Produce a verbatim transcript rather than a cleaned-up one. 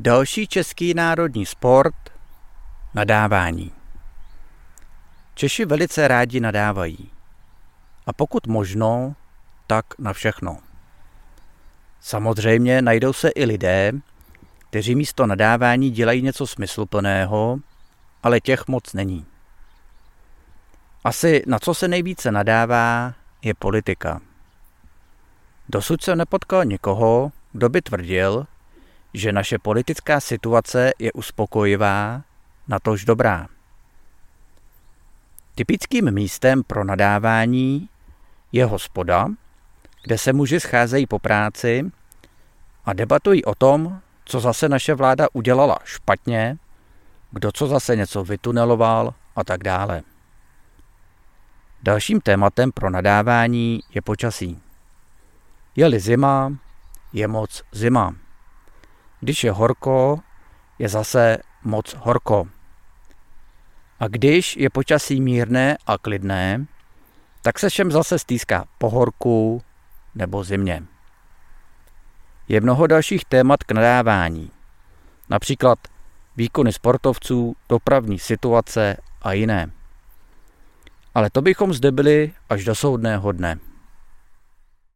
Další český národní sport – nadávání. Češi velice rádi nadávají. A pokud možno, tak na všechno. Samozřejmě najdou se i lidé, kteří místo nadávání dělají něco smysluplného, ale těch moc není. Asi na co se nejvíce nadává, je politika. Dosud jsem nepotkal nikoho, kdo by tvrdil, že naše politická situace je uspokojivá, natož dobrá. Typickým místem pro nadávání je hospoda, kde se muži scházejí po práci a debatují o tom, co zase naše vláda udělala špatně, kdo co zase něco vytuneloval a tak dále. Dalším tématem pro nadávání je počasí. Je-li zima, je moc zima. Když je horko, je zase moc horko. A když je počasí mírné a klidné, tak se všem zase stýská po horku nebo zimě. Je mnoho dalších témat k nadávání. Například výkony sportovců, dopravní situace a jiné. Ale to bychom zde byli až do soudného dne.